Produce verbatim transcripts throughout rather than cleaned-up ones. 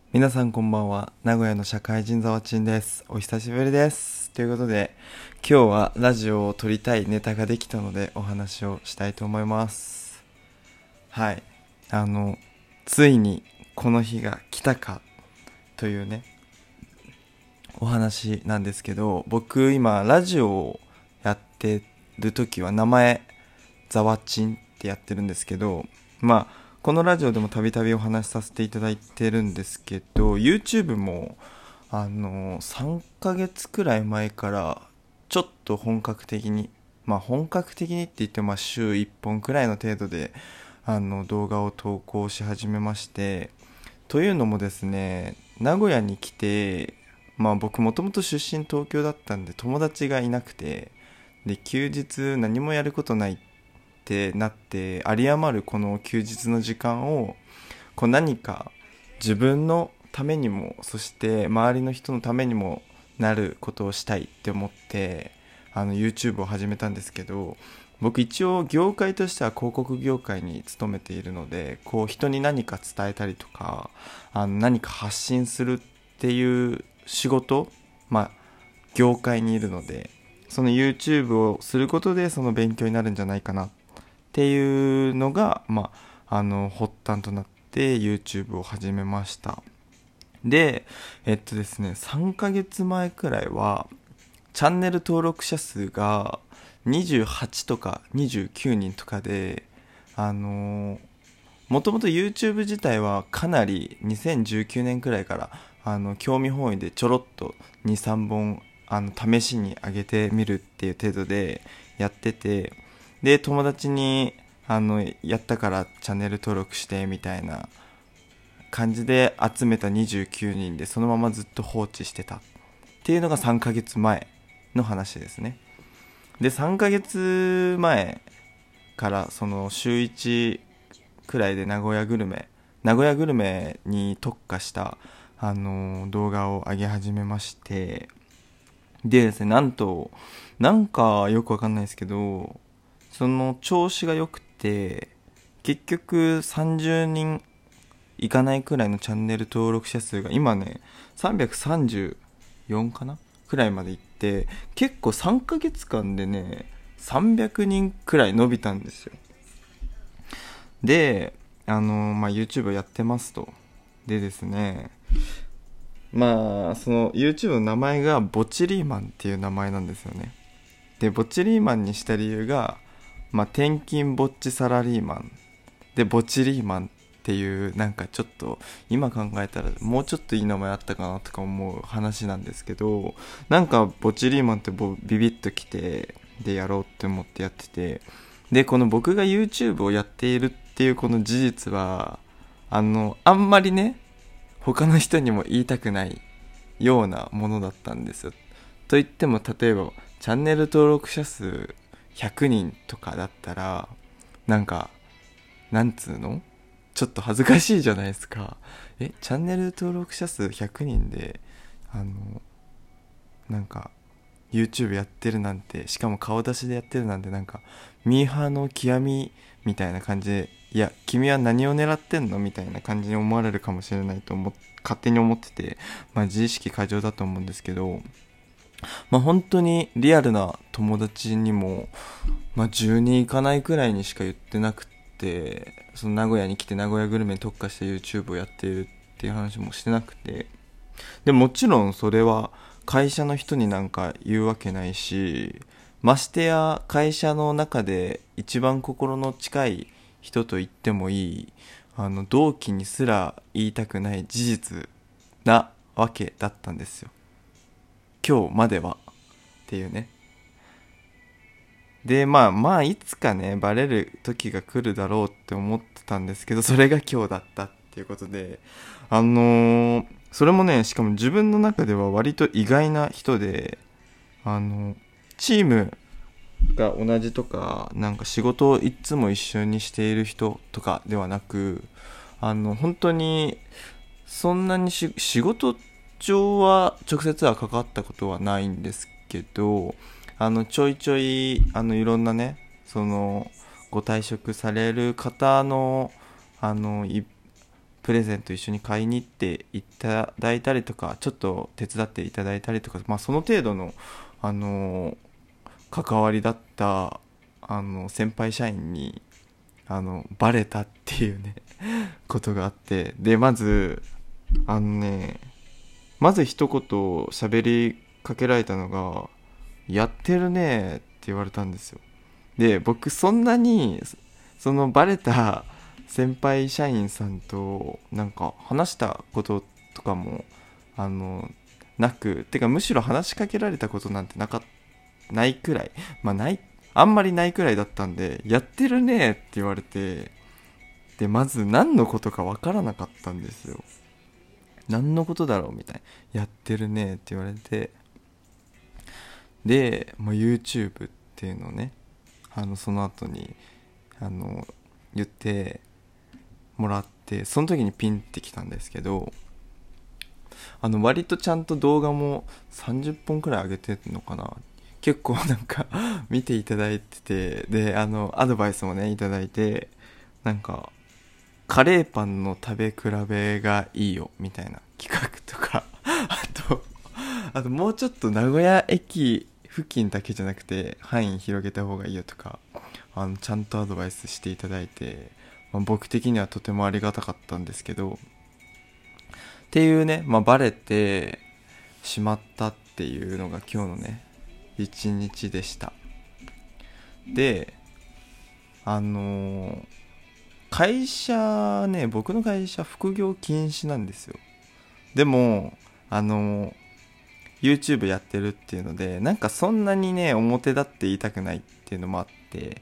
皆さんこんばんは。名古屋の社会人ざわちんです。お久しぶりです。ということで、今日はラジオを撮りたいネタができたのでお話をしたいと思います。はい。あの、ついにこの日が来たかというね、お話なんですけど、僕今ラジオをやってる時は名前ざわちんってやってるんですけど、まあこのラジオでもたびたびお話しさせていただいてるんですけど、 YouTube もあのさんかげつくらい前からちょっと本格的に、まあ本格的にって言ってもまあ週いっぽんくらいの程度であの動画を投稿し始めまして、というのもですね、名古屋に来て、まあ僕もともと出身東京だったんで友達がいなくて、で休日何もやることないってなって、有り余るこの休日の時間をこう何か自分のためにも、そして周りの人のためにもなることをしたいって思って、あの YouTube を始めたんですけど、僕一応業界としては広告業界に勤めているので、こう人に何か伝えたりとか、あの何か発信するっていう仕事、まあ業界にいるので、その YouTube をすることでその勉強になるんじゃないかなっていうのが、まあ、あの発端となって YouTube を始めました。で、えっとですね、さんかげつまえくらいはチャンネル登録者数がにじゅうはちとかにじゅうきゅうにんとかで、あのもともと YouTube 自体はかなりにせんじゅうきゅうねんくらいからあの興味本位でちょろっとにさんぼんあの試しに上げてみるっていう程度でやってて、で友達にあのやったからチャンネル登録してみたいな感じで集めたにじゅうきゅうにんでそのままずっと放置してたっていうのがさんかげつまえの話ですね。でさんかげつまえからその週いちくらいで名古屋グルメ名古屋グルメに特化したあの動画を上げ始めまして、でですね、なんとなんかよくわかんないですけど、その調子が良くて結局さんじゅうにんいかないくらいのチャンネル登録者数が今ねさんびゃくさんじゅうよんかなくらいまでいって、結構さんかげつかんでねさんびゃくにんくらい伸びたんですよ。であのまあ YouTube やってますと。でですね、まあその YouTube の名前がボチリーマンっていう名前なんですよね。でボチリーマンにした理由が、まあ転勤ぼっちサラリーマンでボチリーマンっていう、なんかちょっと今考えたらもうちょっといい名前あったかなとか思う話なんですけど、なんかボチリーマンってビビッときて、でやろうって思ってやってて、でこの僕が YouTube をやっているっていうこの事実はあのあんまりね他の人にも言いたくないようなものだったんですよ。と言っても例えばチャンネル登録者数ひゃくにんとかだったら、なんかなんつうの、ちょっと恥ずかしいじゃないですか。えチャンネル登録者数ひゃくにんであのなんか YouTube やってるなんて、しかも顔出しでやってるなんて、なんかミーハーの極みみたいな感じで、いや君は何を狙ってんのみたいな感じに思われるかもしれないと思っ勝手に思ってて、まあ自意識過剰だと思うんですけど、まあ本当にリアルな友達にも、まあじゅうにんいかないくらいにしか言ってなくて、その名古屋に来て名古屋グルメに特化した YouTube をやっているっていう話もしてなくて、でもちろんそれは会社の人になんか言うわけないし、ましてや会社の中で一番心の近い人と言ってもいいあの同期にすら言いたくない事実なわけだったんですよ、今日まではっていうね。でまあまあいつかねバレる時が来るだろうって思ってたんですけど、それが今日だったっていうことで、あのーそれもね、しかも自分の中では割と意外な人で、あのチームが同じとか、なんか仕事をいつも一緒にしている人とかではなく、あの本当にそんなにし仕事上は直接は関わったことはないんですけど、あのちょいちょいあのいろんなね、そのご退職される方のあのプレゼント一緒に買いに行っていただいたりとか、ちょっと手伝っていただいたりとか、まあ、その程度の、あの関わりだったあの先輩社員にあのバレたっていうねことがあって、でまずあのねまず一言喋りかけられたのがやってるねって言われたんですよ。で僕そんなにそのバレた先輩社員さんとなんか話したこととかもあのなく、てかむしろ話しかけられたことなんてなかないくらい、まあないあんまりないくらいだったんで、やってるねって言われて、でまず何のことかわからなかったんですよ。何のことだろうみたいな、やってるねって言われて、で、まあ、YouTube っていうのをね、あのその後にあの言ってもらって、その時にピンってきたんですけど、あの割とちゃんと動画もさんじゅっぽんくらい上げてるのかな、結構なんか見ていただいてて、であのアドバイスもねいただいて、なんかカレーパンの食べ比べがいいよみたいな企画とかあとあともうちょっと名古屋駅付近だけじゃなくて範囲広げた方がいいよとか、あのちゃんとアドバイスしていただいて、まあ、僕的にはとてもありがたかったんですけど、っていうね、まあ、バレてしまったっていうのが今日のね一日でした。であのー、会社ね、僕の会社副業禁止なんですよ。でもあのー、YouTube やってるっていうので、なんかそんなにね表立って言いたくないっていうのもあって、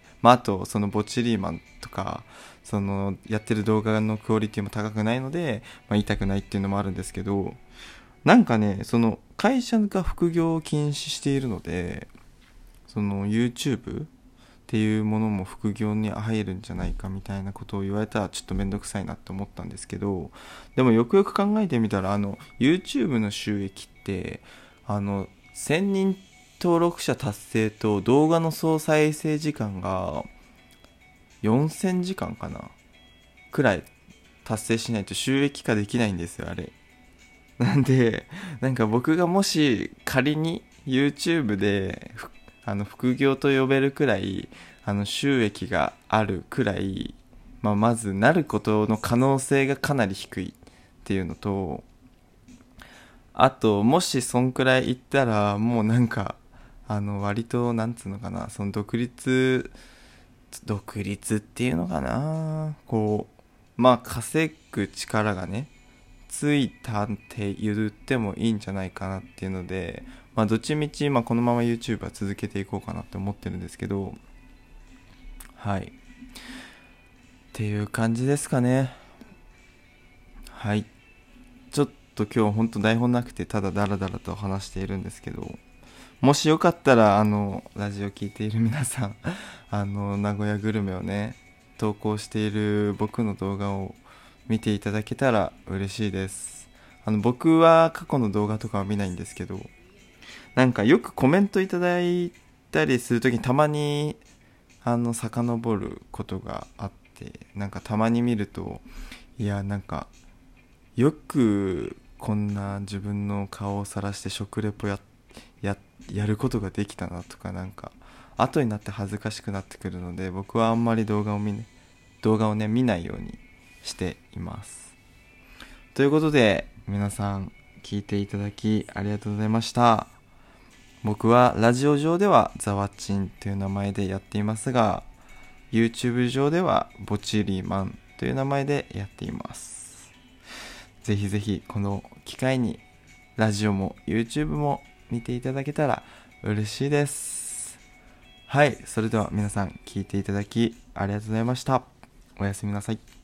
まあ、あとそのボチリーマンとかそのやってる動画のクオリティも高くないので、まあ、言いたくないっていうのもあるんですけど、なんかねその会社が副業を禁止しているので、その YouTube っていうものも副業に入るんじゃないかみたいなことを言われたらちょっとめんどくさいなって思ったんですけど、でもよくよく考えてみたら、あの YouTube の収益ってあのせんにん登録者達成と動画の総再生時間がよんせんじかんかなくらい達成しないと収益化できないんですよ、あれ。なんでなんか僕がもし仮に YouTube であの副業と呼べるくらいあの収益があるくらい、まあ、まずなることの可能性がかなり低いっていうのと、あともしそんくらいいったらもうなんかあの割となんつうのかな、その独立独立っていうのかな、こうまあ稼ぐ力がねついたって言ってもいいんじゃないかなっていうので、まあどっちみちまあこのまま YouTube は続けていこうかなって思ってるんですけど、はいっていう感じですかね。はい、ちょっと今日ほんと台本なくてただダラダラと話しているんですけど、もしよかったらあのラジオ聞いている皆さんあの名古屋グルメをね投稿している僕の動画を見ていただけたら嬉しいです。あの僕は過去の動画とかは見ないんですけど、なんかよくコメントいただいたりするときにたまにあの遡ることがあって、なんかたまに見ると、いやなんかよくこんな自分の顔を晒して食レポやややることができたなとか、なんか後になって恥ずかしくなってくるので、僕はあんまり動画を見、ね、動画をね見ないようにしています。ということで皆さん聞いていただきありがとうございました。僕はラジオ上ではザワチンという名前でやっていますが、 YouTube 上ではボチリーマンという名前でやっています。ぜひぜひこの機会にラジオも YouTube も見ていただけたら嬉しいです。はい、それでは皆さん聞いていただきありがとうございました。おやすみなさい。